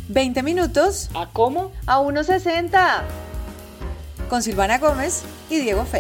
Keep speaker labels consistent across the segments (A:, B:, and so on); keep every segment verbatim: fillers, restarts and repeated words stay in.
A: veinte minutos
B: ¿A cómo?
A: a uno sesenta con Silvana Gómez y Diego Fe.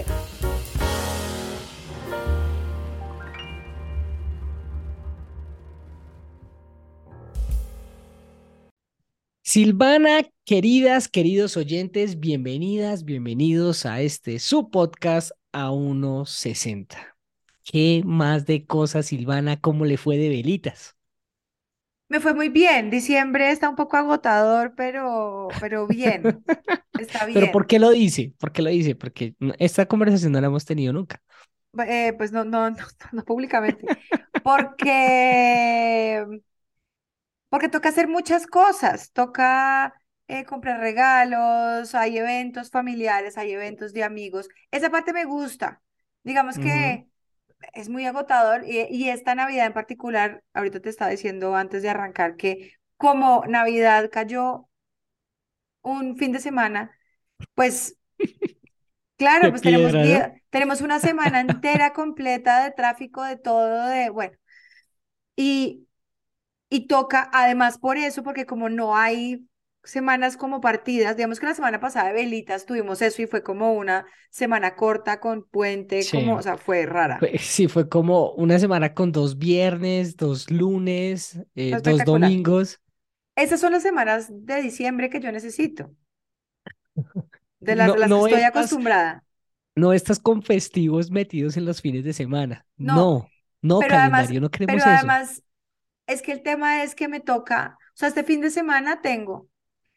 B: Silvana, queridas, queridos oyentes, bienvenidas, bienvenidos a este su podcast a uno sesenta. ¿Qué más de cosas, Silvana? ¿Cómo le fue de velitas?
A: Me fue muy bien. Diciembre está un poco agotador, pero, pero bien. Está
B: Pero ¿por
A: bien.
B: qué lo dice? ¿Por qué lo dice? Porque no- esta conversación no la hemos tenido nunca.
A: Eh, pues no, no, no, no públicamente. Porque, porque toca hacer muchas cosas. Toca eh, comprar regalos, hay eventos familiares, hay eventos de amigos. Esa parte me gusta. Digamos
B: Ujú.
A: que es muy agotador y, y esta Navidad en particular, ahorita te estaba diciendo antes de arrancar que como Navidad cayó un fin de semana, pues claro,
B: Qué
A: pues tenemos
B: piedra, ¿no?
A: día, tenemos una semana entera completa de tráfico, de todo, de bueno, y, y toca además por eso, porque como no hay semanas como partidas, digamos que la semana pasada de velitas tuvimos eso y fue como una semana corta con puente, como,
B: Sí.
A: o sea, fue rara,
B: Fue- sí, fue como una semana con dos viernes, dos lunes, eh,
A: fue
B: dos
A: espectacular.
B: domingos.
A: Esas son las semanas de diciembre que yo necesito, de las,
B: No,
A: de las que
B: no
A: estoy
B: estás
A: acostumbrada.
B: No estás con festivos metidos en los fines de semana.
A: No,
B: No, no,
A: pero además,
B: calendario, no
A: pero
B: queremos eso.
A: además es que el tema es que me toca, o sea, este fin de semana tengo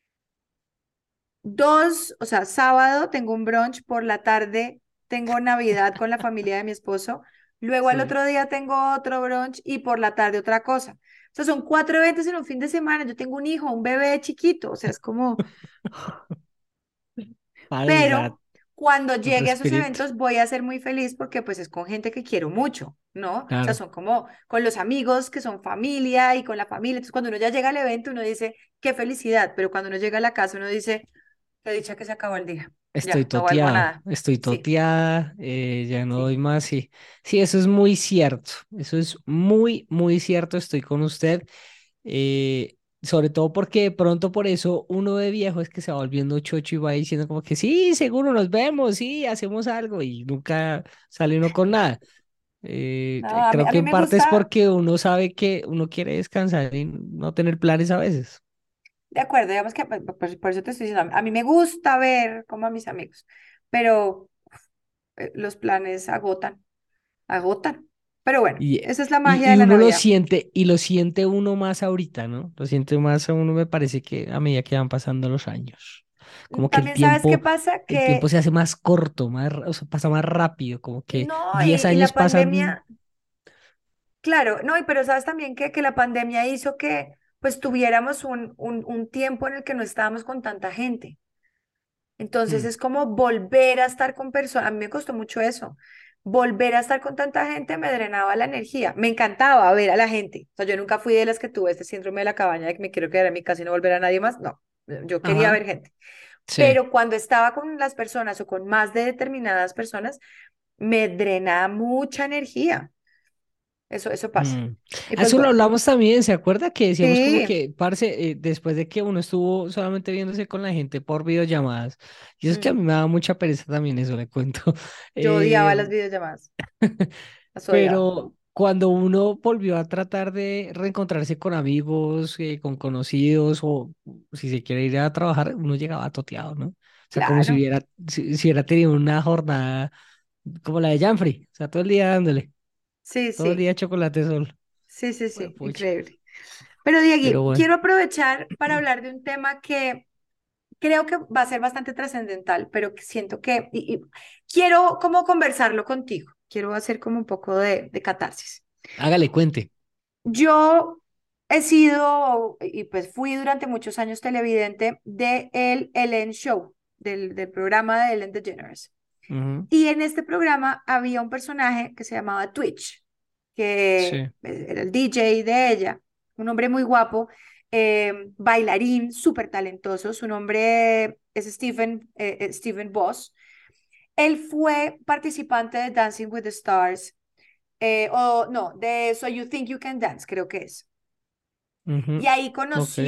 A: dos, o sea, sábado tengo un brunch, por la tarde tengo Navidad con la familia de mi esposo, luego al
B: Sí.
A: otro día tengo otro brunch y por la tarde otra cosa. O sea, son cuatro eventos en un fin de semana. Yo tengo un hijo, un bebé chiquito, o sea, es como,
B: Alga,
A: pero cuando llegue a esos
B: respirito.
A: eventos voy a ser muy feliz porque pues es con gente que quiero mucho, ¿no? O sea,
B: Claro.
A: son como con los amigos que son familia y con la familia. Entonces, cuando uno ya llega al evento, uno dice, qué felicidad, pero cuando uno llega a la casa, uno dice, qué dicha que se acabó el día.
B: Estoy
A: Ya, no valgo a
B: toteado,
A: nada.
B: estoy
A: Sí,
B: toteada, eh, ya no
A: sí.
B: doy más. Sí, sí, eso es muy cierto. Eso es muy, muy cierto. Estoy con usted. eh, Sobre todo porque de pronto por eso uno de viejo es que se va volviendo chocho y va diciendo como que sí, seguro nos vemos, sí, hacemos algo y nunca sale uno con nada. Eh,
A: No,
B: eh,
A: a mí,
B: creo
A: a
B: que
A: mí
B: en
A: me
B: parte es
A: gusta,
B: porque uno sabe que uno quiere descansar y no tener planes a veces.
A: de acuerdo, digamos que pues, por, por eso te estoy diciendo, a mí me gusta ver como a mis amigos, pero eh, los planes agotan, agotan. Pero bueno,
B: Y,
A: esa es la magia
B: y,
A: de
B: y
A: la
B: uno lo
A: Navidad.
B: siente, y lo siente uno más ahorita, ¿no? Lo siente más a uno, me parece que a medida que van pasando los años. Como que el
A: También sabes qué
B: tiempo,
A: pasa,
B: el tiempo
A: que
B: se hace más corto, más, ra- o sea, pasa más rápido, como que
A: no,
B: diez
A: y, y
B: años
A: la
B: pasan.
A: pandemia, claro, no, y pero sabes también que, que la pandemia hizo que pues tuviéramos un, un, un tiempo en el que no estábamos con tanta gente. Entonces
B: mm,
A: es como volver a estar con personas. A mí me costó mucho eso. Volver a estar con tanta gente me drenaba la energía. Me encantaba ver a la gente. O sea, yo nunca fui de las que tuve este síndrome de la cabaña de que me quiero quedar en mi casa y no volver a nadie más. No, yo quería
B: Ajá,
A: ver gente.
B: sí.
A: Pero cuando estaba con las personas o con más de determinadas personas, me drenaba mucha energía. Eso, eso pasa.
B: Mm.
A: Y pues
B: Eso lo
A: bueno,
B: hablamos también, ¿se acuerda que decíamos como
A: sí,
B: que, parce, eh, después de que uno estuvo solamente viéndose con la gente por videollamadas, y es que a
A: mm,
B: mí me daba mucha pereza también eso, le cuento.
A: yo
B: eh,
A: odiaba las videollamadas. Las odiaba.
B: pero cuando uno volvió a tratar de reencontrarse con amigos, eh, con conocidos, o si se quiere ir a trabajar, uno llegaba toteado, ¿no? O sea, como si
A: Claro.
B: hubiera, si, si hubiera tenido una jornada como la de Janfrey, o sea, todo el día dándole,
A: Sí,
B: todo el
A: sí.
B: día chocolate sol.
A: Sí, sí,
B: Bueno,
A: sí.
B: pucha.
A: Increíble. Pero
B: Pero
A: Diegui,
B: bueno.
A: quiero aprovechar para hablar de un tema que creo que va a ser bastante trascendental, pero que siento que y- y quiero como conversarlo contigo. Quiero hacer como un poco de, de catarsis.
B: Hágale, cuente.
A: Yo he sido, y pues fui durante muchos años televidente de el Ellen Show, del, del programa de Ellen DeGeneres.
B: Ujú.
A: Y en este programa había un personaje que se llamaba Twitch, que
B: Sí.
A: era el D J de ella, un hombre muy guapo, eh, bailarín, súper talentoso. Su nombre es Stephen, eh, eh, Stephen Boss. Él fue participante de Dancing with the Stars, eh, o no, de So You Think You Can Dance, creo que es.
B: Ujú.
A: Y ahí
B: Ok.
A: conoció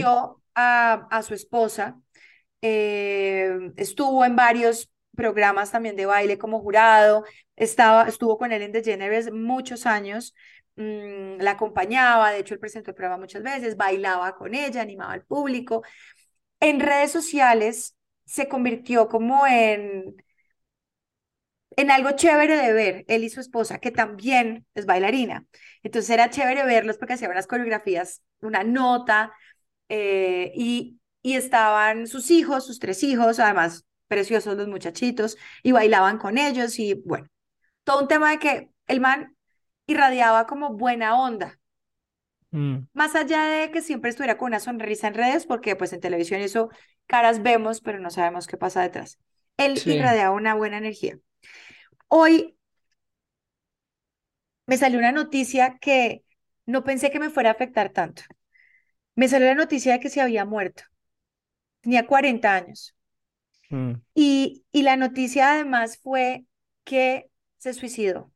A: a, a su esposa, eh, estuvo en varios programas también de baile como jurado, estaba, estuvo con Ellen DeGeneres muchos años, mmm, la acompañaba, de hecho él presentó el programa muchas veces, bailaba con ella, animaba al público. En redes sociales se convirtió como en en algo chévere de ver, él y su esposa, que también es bailarina. Entonces era chévere verlos porque hacían unas coreografías, una nota, eh, y, y estaban sus hijos, sus tres hijos, además preciosos los muchachitos, y bailaban con ellos, y bueno, todo un tema de que el man irradiaba como buena onda.
B: Mm,
A: Más allá de que siempre estuviera con una sonrisa en redes, porque pues en televisión eso caras vemos, pero no sabemos qué pasa detrás. Él
B: sí.
A: irradiaba una buena energía. Hoy me salió una noticia que no pensé que me fuera a afectar tanto. Me salió la noticia de que se había muerto. Tenía cuarenta años.
B: Mm,
A: Y, y la noticia además fue que se suicidó.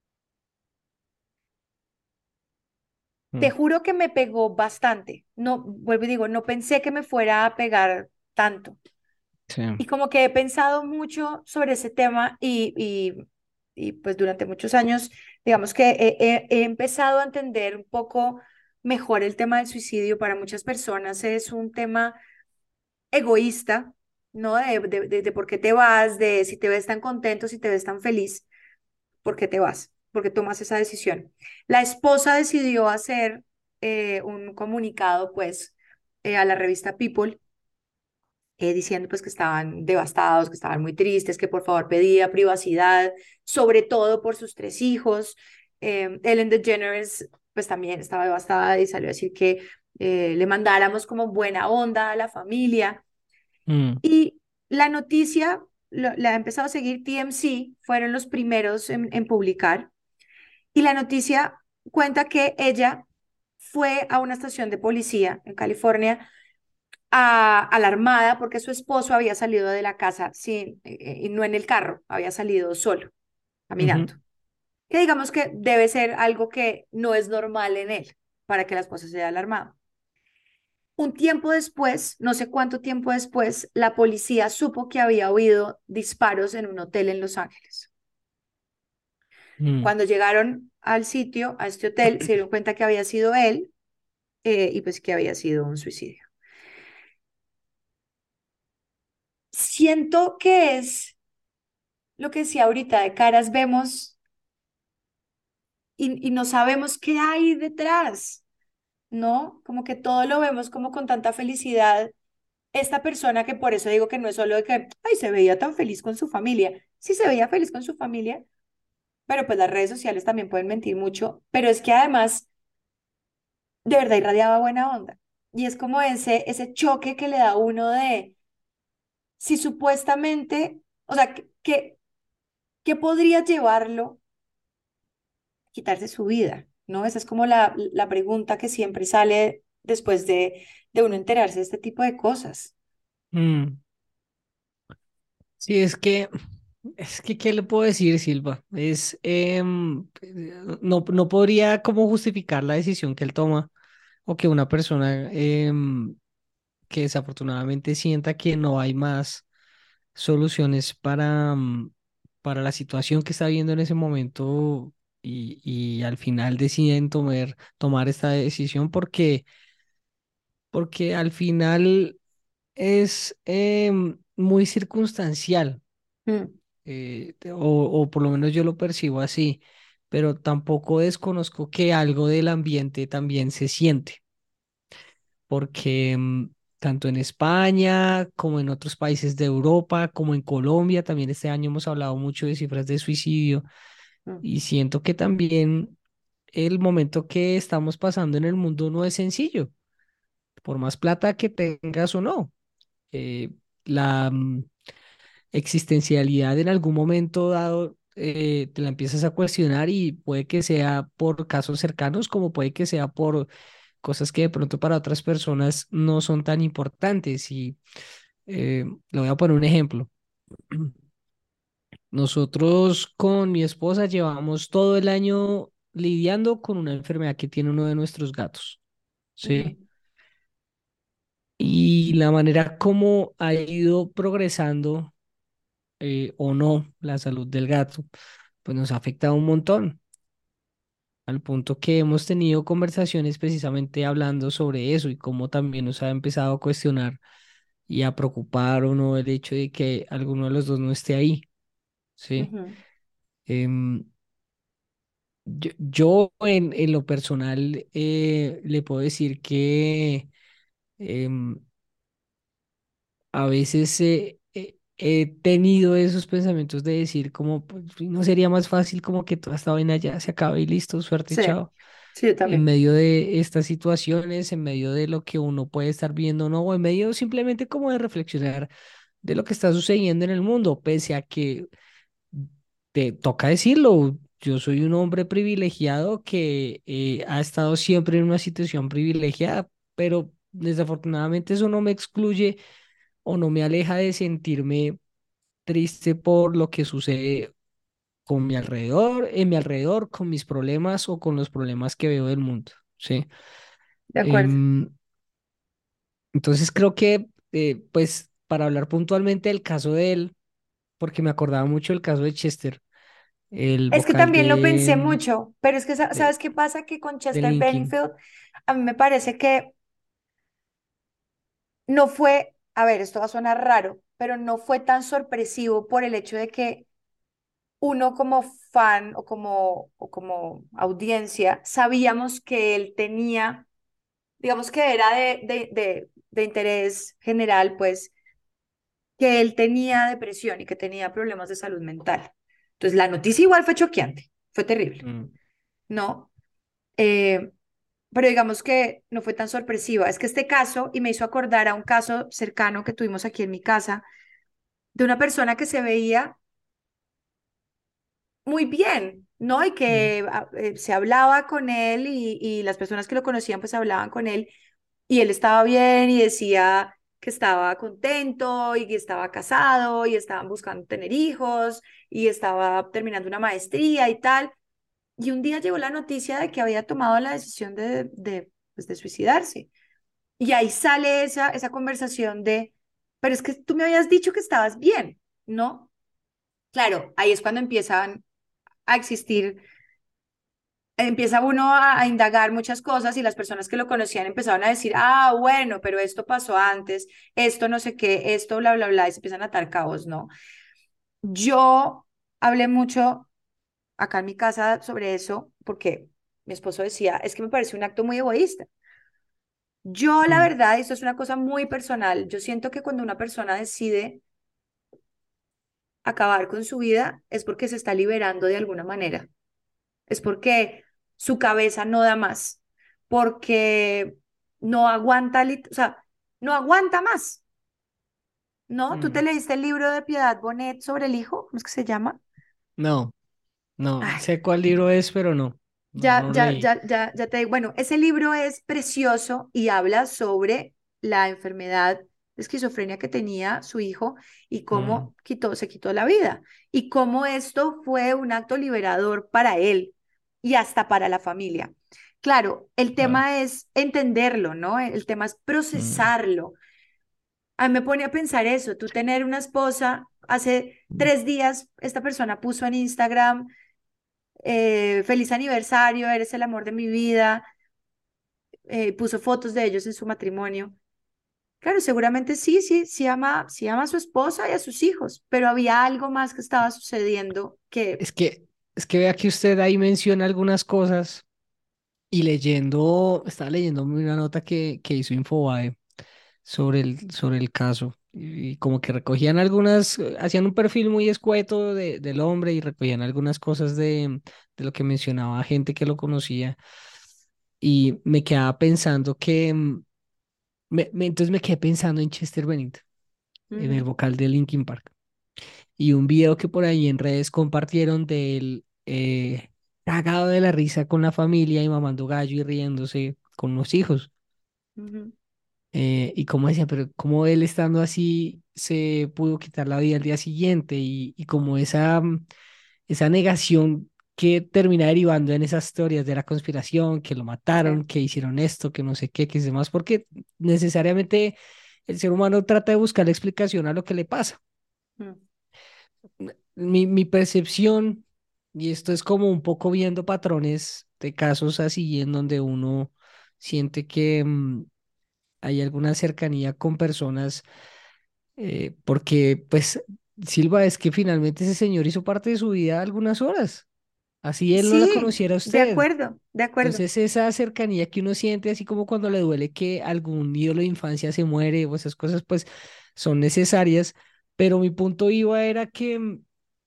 A: Te
B: mm,
A: juro que me pegó bastante. No, vuelvo y digo, no pensé que me fuera a pegar tanto.
B: sí.
A: Y como que he pensado mucho sobre ese tema y, y, y pues durante muchos años, digamos que he, he- he empezado a entender un poco mejor el tema del suicidio. Para muchas personas es un tema egoísta, ¿no? De, de, de, de por qué te vas, de si te ves tan contento, si te ves tan feliz, ¿por qué te vas? ¿Por qué tomas esa decisión? La esposa decidió hacer eh, un comunicado, pues, eh, a la revista People, eh, diciendo pues que estaban devastados, que estaban muy tristes, que por favor pedía privacidad, sobre todo por sus tres hijos. Eh, Ellen DeGeneres pues también estaba devastada y salió a decir que eh, le mandáramos como buena onda a la familia.
B: Mm,
A: Y la noticia lo, la ha empezado a seguir T M C, fueron los primeros en, en publicar. Y la noticia cuenta que ella fue a una estación de policía en California a, alarmada porque su esposo había salido de la casa sin, eh, y no en el carro, había salido solo,
B: ujú,
A: caminando. Que digamos que debe ser algo que no es normal en él para que la esposa se haya alarmado. Un tiempo después, no sé cuánto tiempo después, la policía supo que había oído disparos en un hotel en Los Ángeles.
B: mm,
A: Cuando llegaron al sitio, a este hotel, se dieron cuenta que había sido él, eh, y pues que había sido un suicidio. Siento que es lo que decía ahorita, de caras vemos y, y no sabemos qué hay detrás, ¿no? Como que todo lo vemos como con tanta felicidad. Esta persona que por eso digo que no es solo de que, ay, se veía tan feliz con su familia. Sí se veía feliz con su familia, pero pues las redes sociales también pueden mentir mucho, pero es que además de verdad irradiaba buena onda. Y es como ese, ese choque que le da a uno de, si supuestamente, o sea, que, que, que podría llevarlo a quitarse su vida, ¿no? Esa es como la, la pregunta que siempre sale después de, de uno enterarse de este tipo de cosas.
B: mm. Sí, es que, es que, ¿qué le puedo decir, Silva? Es, em, no, no podría como justificar la decisión que él toma o que una persona em, que desafortunadamente sienta que no hay más soluciones para, mm, para la situación que está viendo en ese momento y, y al final deciden tomar, tomar esta decisión porque, porque al final es em, muy circunstancial,
A: Mm,
B: eh, o, o por lo menos yo lo percibo así, pero tampoco desconozco que algo del ambiente también se siente, porque mm, tanto en España como en otros países de Europa, como en Colombia, también este año hemos hablado mucho de cifras de suicidio
A: mm,
B: y siento que también el momento que estamos pasando en el mundo no es sencillo, por más plata que tengas o no. Eh, la, mm, existencialidad en algún momento dado eh, te la empiezas a cuestionar y puede que sea por casos cercanos como puede que sea por cosas que de pronto para otras personas no son tan importantes. Y eh, le voy a poner un ejemplo. Nosotros con mi esposa llevamos todo el año lidiando con una enfermedad que tiene uno de nuestros gatos,
A: ujú,
B: ¿sí? la manera como ha ido progresando eh, o no la salud del gato, pues nos ha afectado un montón, al punto que hemos tenido conversaciones precisamente hablando sobre eso y cómo también nos ha empezado a cuestionar y a preocupar o no el hecho de que alguno de los dos no esté ahí, ¿sí?
A: Ujú.
B: Em, yo, yo en, en lo personal eh, le puedo decir que em, a veces eh, eh, he tenido esos pensamientos de decir como, pues, no sería más fácil como que toda esta vaina ya se acabe y listo, suerte,
A: Sí,
B: chao.
A: sí, yo
B: En
A: también.
B: medio de estas situaciones, en medio de lo que uno puede estar viendo, ¿no? O en medio simplemente como de reflexionar de lo que está sucediendo en el mundo, pese a que te toca decirlo, yo soy un hombre privilegiado que eh, ha estado siempre en una situación privilegiada, pero desafortunadamente eso no me excluye o no me aleja de sentirme triste por lo que sucede con mi alrededor, en mi alrededor, con mis problemas o con los problemas que veo del mundo, ¿sí?
A: De acuerdo.
B: Em, entonces creo que, eh, pues, para hablar puntualmente del caso de él, porque me acordaba mucho del caso de Chester, el
A: Es que
B: vocal
A: también lo
B: de,
A: pensé
B: em,
A: mucho, pero es que, sa-
B: de,
A: ¿sabes qué pasa? Que con
B: de
A: Chester
B: Linkin.
A: Benningfield, a mí me parece que no fue, a ver, esto va a sonar raro, pero no fue tan sorpresivo por el hecho de que uno como fan o como, o como audiencia sabíamos que él tenía, digamos que era de, de, de, de interés general, pues, que él tenía depresión y que tenía problemas de salud mental. Entonces, la noticia igual fue choqueante, fue terrible,
B: Mm,
A: ¿no? Eh, pero digamos que no fue tan sorpresiva. Es que este caso, y me hizo acordar a un caso cercano que tuvimos aquí en mi casa, de una persona que se veía muy bien, ¿no? Y
B: mm,
A: que ah, eh, se hablaba con él y, y las personas que lo conocían pues hablaban con él y él estaba bien y decía que estaba contento y que estaba casado y estaban buscando tener hijos y estaba terminando una maestría y tal. Y un día llegó la noticia de que había tomado la decisión de, de, pues, de suicidarse. Y ahí sale esa, esa conversación de, pero es que tú me habías dicho que estabas bien, ¿no? Claro, ahí es cuando empiezan a existir, empieza uno a, a indagar muchas cosas y las personas que lo conocían empezaron a decir, ah, bueno, pero esto pasó antes, esto no sé qué, esto bla, bla, bla, y se empiezan a atar cabos, ¿no? Yo hablé mucho acá en mi casa sobre eso porque mi esposo decía, es que me parece un acto muy egoísta. Yo, la
B: mm.
A: verdad, esto es una cosa muy personal, yo siento que cuando una persona decide acabar con su vida es porque se está liberando de alguna manera, es porque su cabeza no da más, porque no aguanta, lit- o sea, no aguanta más, ¿no? ¿Tú te
B: Mm.
A: leíste el libro de Piedad Bonet sobre el hijo? ¿Cómo es que se llama?
B: No, no,
A: Ay,
B: sé cuál libro es, pero no, no,
A: ya,
B: no lo
A: ya,
B: leí.
A: ya, ya, ya te digo, bueno, ese libro es precioso y habla sobre la enfermedad de esquizofrenia que tenía su hijo y
B: Mm,
A: cómo quitó, se quitó la vida y cómo esto fue un acto liberador para él y hasta para la familia. Claro, el
B: claro.
A: tema es entenderlo, ¿no? El tema es
B: Mm,
A: procesarlo. A mí me pone a pensar eso, tú tener una esposa, hace tres días esta persona puso en Instagram, eh, feliz aniversario, eres el amor de mi vida, eh, puso fotos de ellos en su matrimonio. Claro, seguramente sí, sí, sí ama, sí ama a su esposa y a sus hijos, pero había algo más que estaba sucediendo que...
B: Es que, es que vea que usted ahí menciona algunas cosas y leyendo, estaba leyendo una nota que, que hizo Infobae sobre el, sobre el caso. Y como que recogían algunas, eh, hacían un perfil muy escueto de, del hombre y recogían algunas cosas de, de lo que mencionaba gente que lo conocía. Y me quedaba pensando que, mm, me- me- entonces me quedé pensando en Chester Bennington, en el
A: Ujú,
B: vocal de Linkin Park. Y un video que por ahí en redes compartieron de él eh, cagado de la risa con la familia y mamando gallo y riéndose con los hijos.
A: ujú,
B: Eh, y como decía, pero como él estando así se pudo quitar la vida al día siguiente y, y como esa, mm, esa negación que termina derivando en esas teorías de la conspiración, que lo
A: sí,
B: mataron, que hicieron esto, que no sé qué, que demás, porque necesariamente el ser humano trata de buscar la explicación a lo que le pasa.
A: Mm.
B: Mi, mi percepción, y esto es como un poco viendo patrones de casos así en donde uno siente que mm, hay alguna cercanía con personas, eh, porque pues Silva, es que finalmente ese señor hizo parte de su vida algunas horas, así él no la
A: Sí,
B: conociera a
A: de
B: usted.
A: acuerdo, de acuerdo.
B: Entonces esa cercanía que uno siente, así como cuando le duele que algún ídolo de infancia se muere o esas cosas, pues son necesarias. Pero mi punto iba era que mm,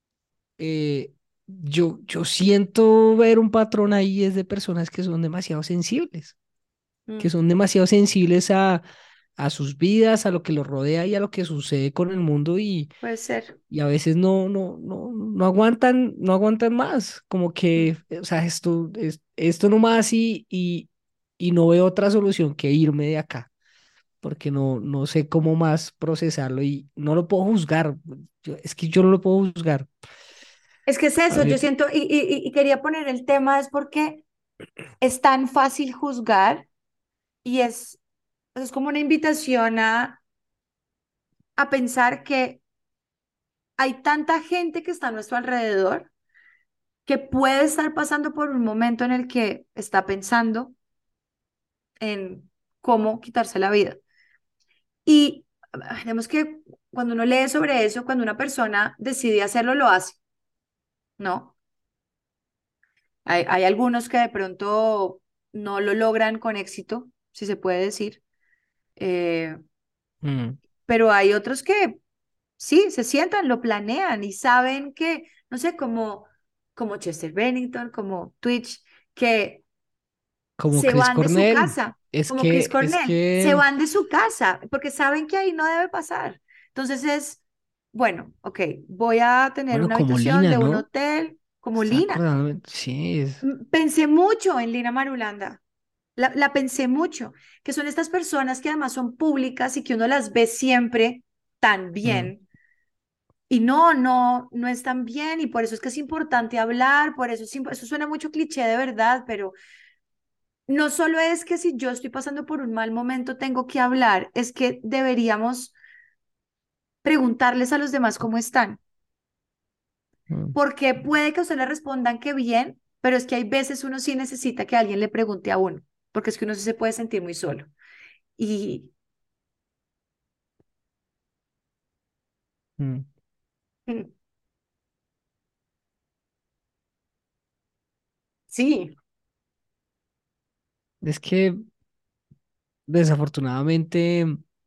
B: eh, yo, yo siento ver un patrón ahí es de personas que son demasiado sensibles, que
A: Mm.
B: son demasiado sensibles a, a sus vidas, a lo que los rodea y a lo que sucede con el mundo y,
A: Puede ser.
B: y a veces no, no, no, no aguantan, no aguantan más, como
A: Mm.
B: que, o sea, esto, es, esto no más y, y, y no veo otra solución que irme de acá. Porque no, no sé cómo más procesarlo y no lo puedo juzgar. Yo- es que yo no lo puedo juzgar.
A: Es que es
B: A
A: eso, yo
B: ver,
A: siento, y, y, y quería poner el tema, es porque es tan fácil juzgar y es, es como una invitación a, a pensar que hay tanta gente que está a nuestro alrededor que puede estar pasando por un momento en el que está pensando en cómo quitarse la vida. Y ah, vemos que cuando uno lee sobre eso, cuando una persona decide hacerlo, lo hace, ¿no? Hay, hay algunos que de pronto no lo logran con éxito, si se puede decir, eh,
B: mm,
A: pero hay otros que sí, se sientan, lo planean y saben que, no sé, como, como Chester Bennington, como Twitch, que
B: como
A: se
B: Chris
A: van de su
B: Cornell,
A: casa,
B: es
A: como Chris
B: que, es
A: Cornell, se
B: que,
A: van de su casa porque saben que ahí no debe pasar. Entonces es, bueno, ok, voy a tener
B: bueno,
A: una
B: como
A: habitación
B: Lina,
A: de un
B: ¿no?
A: hotel como
B: Estaba
A: Lina.
B: acordándome, sí, es,
A: Mm, Pensé mucho en Lina Marulanda. La, la pensé mucho, que son estas personas que además son públicas y que uno las ve siempre tan
B: mm,
A: bien. Y no, no, no están bien y por eso es que es importante hablar, por eso es, imp- eso suena mucho cliché de verdad, pero no solo es que si yo estoy pasando por un mal momento tengo que hablar, es que deberíamos preguntarles a los demás cómo están,
B: mm,
A: porque puede que a usted le respondan que bien, pero es que hay veces uno sí necesita que alguien le pregunte a uno, porque es que uno sí se puede sentir muy solo. Y
B: mm.
A: mm, sí,
B: Es que desafortunadamente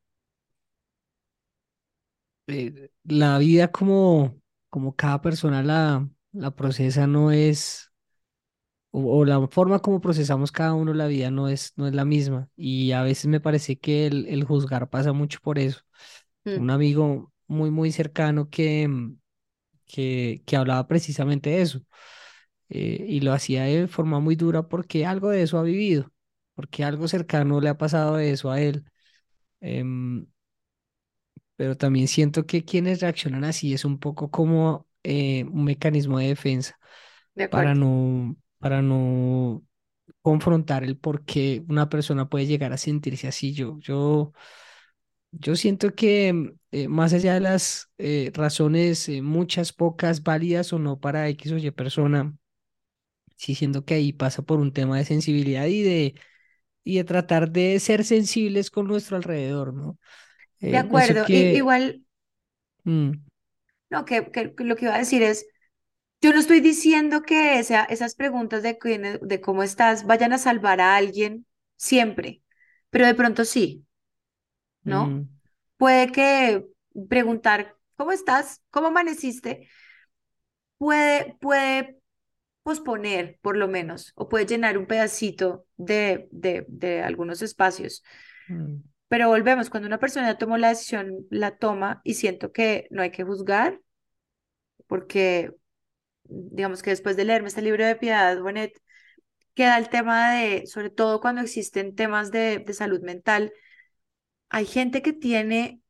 B: eh, la vida como, como cada persona la, la procesa no es, o, o la forma como procesamos cada uno la vida no es, no es la misma. Y a veces me parece que el, el juzgar pasa mucho por eso.
A: mm,
B: Un amigo muy, muy cercano que, mm, que, que hablaba precisamente de eso. Eh, y lo hacía de forma muy dura porque algo de eso ha vivido, porque algo cercano le ha pasado de eso a él. Em, pero también siento que quienes reaccionan así es un poco como eh, un mecanismo de defensa
A: de
B: para
A: acuerdo.
B: no, para no confrontar el por qué una persona puede llegar a sentirse así. Yo, yo, yo siento que mm, eh, más allá de las eh, razones, eh, muchas, pocas, válidas o no para X o Y persona, sí siento que ahí pasa por un tema de sensibilidad y de, y de tratar de ser sensibles con nuestro alrededor, ¿no?
A: De
B: Eh, eso
A: acuerdo. I-
B: que...
A: igual,
B: mm,
A: no, que, que- que lo que iba a decir es, yo no estoy diciendo que esa- esas preguntas de, quién- de cómo estás vayan a salvar a alguien siempre, pero de pronto sí, ¿no?
B: mm,
A: Puede que preguntar, ¿cómo estás? ¿Cómo amaneciste? Puede, puede posponer, por lo menos, o puede llenar un pedacito de, de, de algunos espacios.
B: mm,
A: Pero volvemos, cuando una persona tomó la decisión, la toma y siento que no hay que juzgar, porque digamos que después de leerme este libro de Piedad Bonet, queda el tema de, sobre todo cuando existen temas de, de salud mental, hay gente que tiene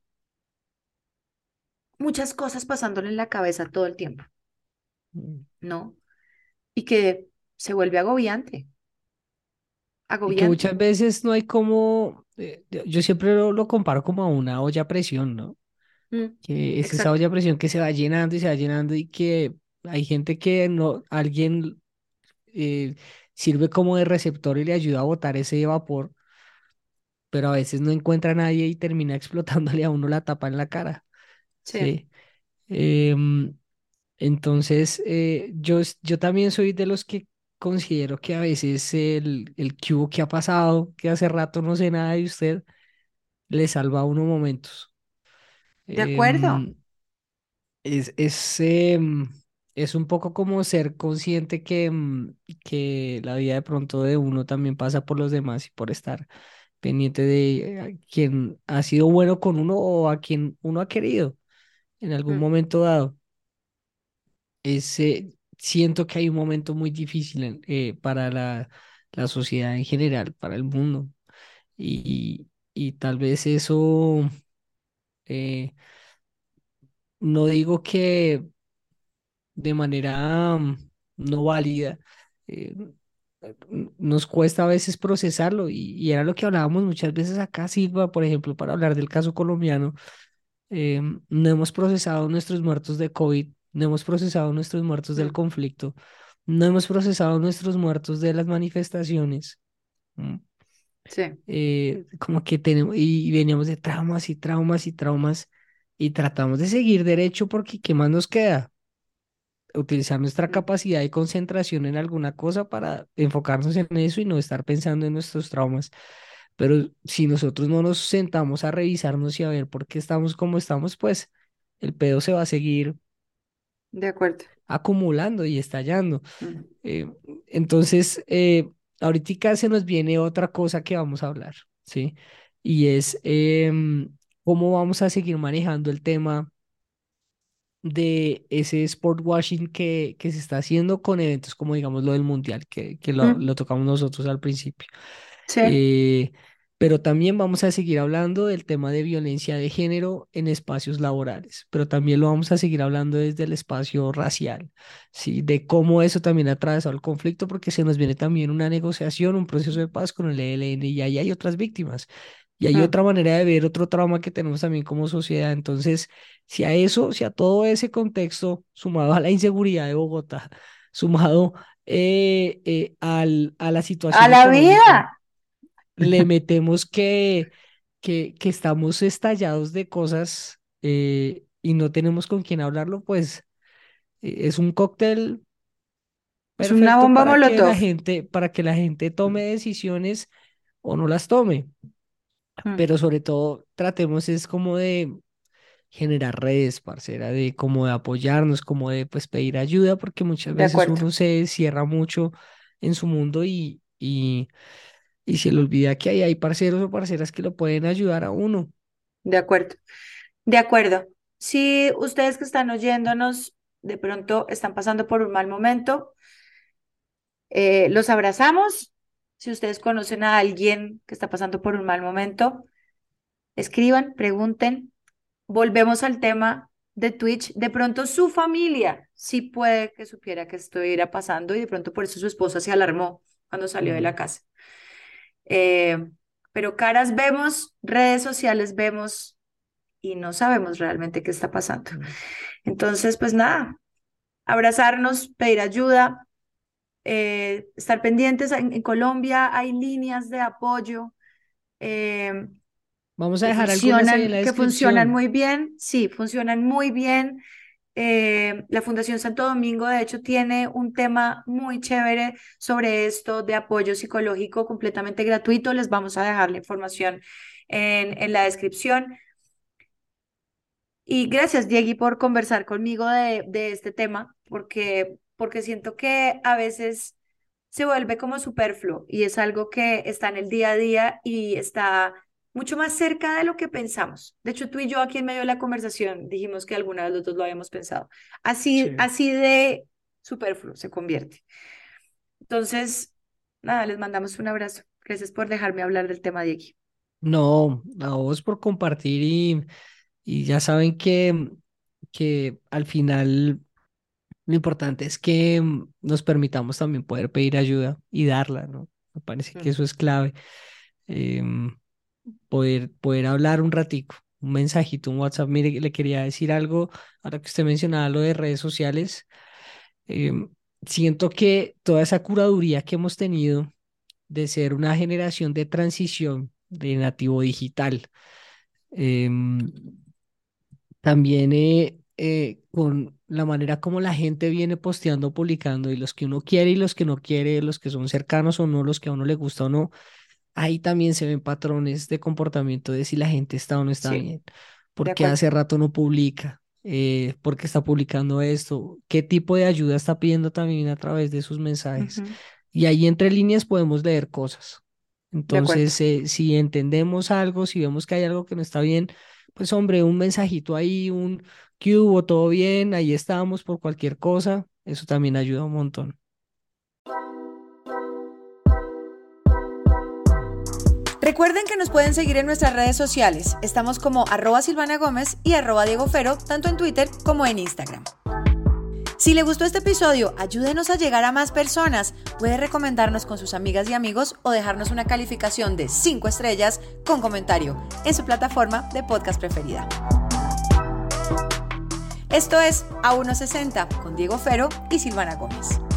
A: muchas cosas pasándole en la cabeza todo el tiempo,
B: mm.
A: ¿no? Y que se vuelve agobiante,
B: Y que muchas
A: agobiante.
B: veces no hay cómo eh, yo yo siempre lo, lo comparo como a una olla a presión, ¿no?
A: Mm,
B: Que es esa
A: exacto,
B: olla a presión que se va llenando y se va llenando y que hay gente que no, alguien eh, sirve como de receptor y le ayuda a botar ese vapor, pero a veces no encuentra a nadie y termina explotándole a uno la tapa en la cara,
A: sí.
B: ¿sí? Em, entonces, eh, yo, s- yo también soy de los que considero que a veces el, el que hubo que ha pasado, que hace rato no sé nada de usted, le salva a uno momentos.
A: De acuerdo.
B: Em, es, es, em, es un poco como ser consciente que, em, que la vida de pronto de uno también pasa por los demás y por estar pendiente de eh, quien ha sido bueno con uno o a quien uno ha querido en algún
A: Mm,
B: momento dado. Ese, siento que hay un momento muy difícil en- eh, para la, la sociedad en general, para el mundo. Y, y tal vez eso, eh, no digo que de manera mm, no válida, eh, n- nos cuesta a veces procesarlo. Y, y era lo que hablábamos muchas veces acá, Silva, por ejemplo, para hablar del caso colombiano. Eh, no hemos procesado nuestros muertos de COVID, no hemos procesado nuestros muertos del
A: mm,
B: conflicto, no hemos procesado nuestros muertos de las manifestaciones. ¿M?
A: sí,
B: Eh, como que tenemos, y veníamos de traumas y traumas y traumas y tratamos de seguir derecho porque ¿qué más nos queda? Utilizar nuestra
A: mm,
B: capacidad de concentración en alguna cosa para enfocarnos en eso y no estar pensando en nuestros traumas. Pero si nosotros no nos sentamos a revisarnos y a ver por qué estamos como estamos, pues el pedo se va a seguir
A: de acuerdo.
B: acumulando y estallando.
A: Mm,
B: Eh, entonces, eh, ahorita se nos viene otra cosa que vamos a hablar, ¿sí? Y es em, cómo vamos a seguir manejando el tema de ese sport washing que, que se está haciendo con eventos como digamos lo del mundial, que, que lo,
A: mm,
B: lo tocamos nosotros al principio.
A: sí,
B: Eh, pero también vamos a seguir hablando del tema de violencia de género en espacios laborales, pero también lo vamos a seguir hablando desde el espacio racial, ¿sí? De cómo eso también ha atravesado el conflicto, porque se nos viene también una negociación, un proceso de paz con el E L N y ahí hay otras víctimas. Y hay
A: mm,
B: otra manera de ver otro trauma que tenemos también como sociedad. Entonces, si a eso, si a todo ese contexto, sumado a la inseguridad de Bogotá, sumado eh, eh, al, a la
A: a
B: situación
A: la
B: económica,
A: vida.
B: le metemos que, que, que estamos estallados de cosas eh, y no tenemos con quién hablarlo, pues eh, es un cóctel
A: Es una
B: perfecto
A: bomba
B: para que la
A: Molotov.
B: gente, para que la gente tome decisiones o no las tome.
A: Mm,
B: Pero sobre todo tratemos es como de generar redes, parcera, de como de apoyarnos, como de pues pedir ayuda, porque muchas
A: de
B: veces
A: acuerdo,
B: uno se cierra mucho en su mundo y, y, y se le olvida que ahí hay parceros o parceras que lo pueden ayudar a uno.
A: de acuerdo, de acuerdo. Si ustedes que están oyéndonos de pronto están pasando por un mal momento, eh, los abrazamos. Si ustedes conocen a alguien que está pasando por un mal momento, escriban, pregunten. Volvemos al tema de Twitch. De pronto su familia sí puede que supiera que esto irá pasando y de pronto por eso su esposa se alarmó cuando salió de
B: Mm,
A: la casa. Eh, pero caras vemos, redes sociales vemos y no sabemos realmente qué está pasando.
B: mm.
A: Entonces, pues nada, abrazarnos, pedir ayuda, eh, estar pendientes. En, en Colombia hay líneas de apoyo eh,
B: Vamos a
A: que
B: dejar algunas ahí en
A: funcionan,
B: la
A: que funcionan
B: descripción.
A: muy bien. Sí, funcionan muy bien. Eh, la Fundación Santo Domingo, de hecho, tiene un tema muy chévere sobre esto de apoyo psicológico completamente gratuito. Les vamos a dejar la información en, en la descripción. Y gracias, Diegui, por conversar conmigo de, de este tema, porque, porque siento que a veces se vuelve como superfluo y es algo que está en el día a día y está mucho más cerca de lo que pensamos. De hecho, tú y yo aquí en medio de la conversación dijimos que alguna vez los dos lo habíamos pensado. Así,
B: Sí.
A: así de superfluo se convierte. Entonces, nada, les mandamos un abrazo. Gracias por dejarme hablar del tema, Diegui.
B: No, a vos por compartir y, y ya saben que, que al final lo importante es que mm, nos permitamos también poder pedir ayuda y darla, ¿no? Me parece que
A: Mm,
B: eso es clave. Em, poder, poder hablar un ratico, un mensajito, un WhatsApp. Mire, le quería decir algo, ahora que usted mencionaba lo de redes sociales. em, Siento que toda esa curaduría que hemos tenido de ser una generación de transición de nativo digital, em, también eh, eh, con la manera como la gente viene posteando, publicando, y los que uno quiere y los que no quiere, los que son cercanos o no, los que a uno le gusta o no, ahí también se ven patrones de comportamiento de si la gente está o no está
A: Sí,
B: bien,
A: de
B: porque
A: acuerdo.
B: hace rato no publica, eh, porque está publicando esto, qué tipo de ayuda está pidiendo también a través de sus mensajes.
A: Ujú,
B: Y ahí entre líneas podemos leer cosas.
A: de acuerdo.
B: Entonces, eh, si entendemos algo, si vemos que hay algo que no está bien, pues hombre, un mensajito ahí, un que hubo, todo bien, ahí estamos por cualquier cosa, eso también ayuda un montón.
A: Recuerden que nos pueden seguir en nuestras redes sociales. Estamos como arroba Silvana Gómez y arroba Diego Fero, tanto en Twitter como en Instagram. Si le gustó este episodio, ayúdenos a llegar a más personas. Puede recomendarnos con sus amigas y amigos o dejarnos una calificación de cinco estrellas con comentario en su plataforma de podcast preferida. Esto es A uno sesenta con Diego Fero y Silvana Gómez.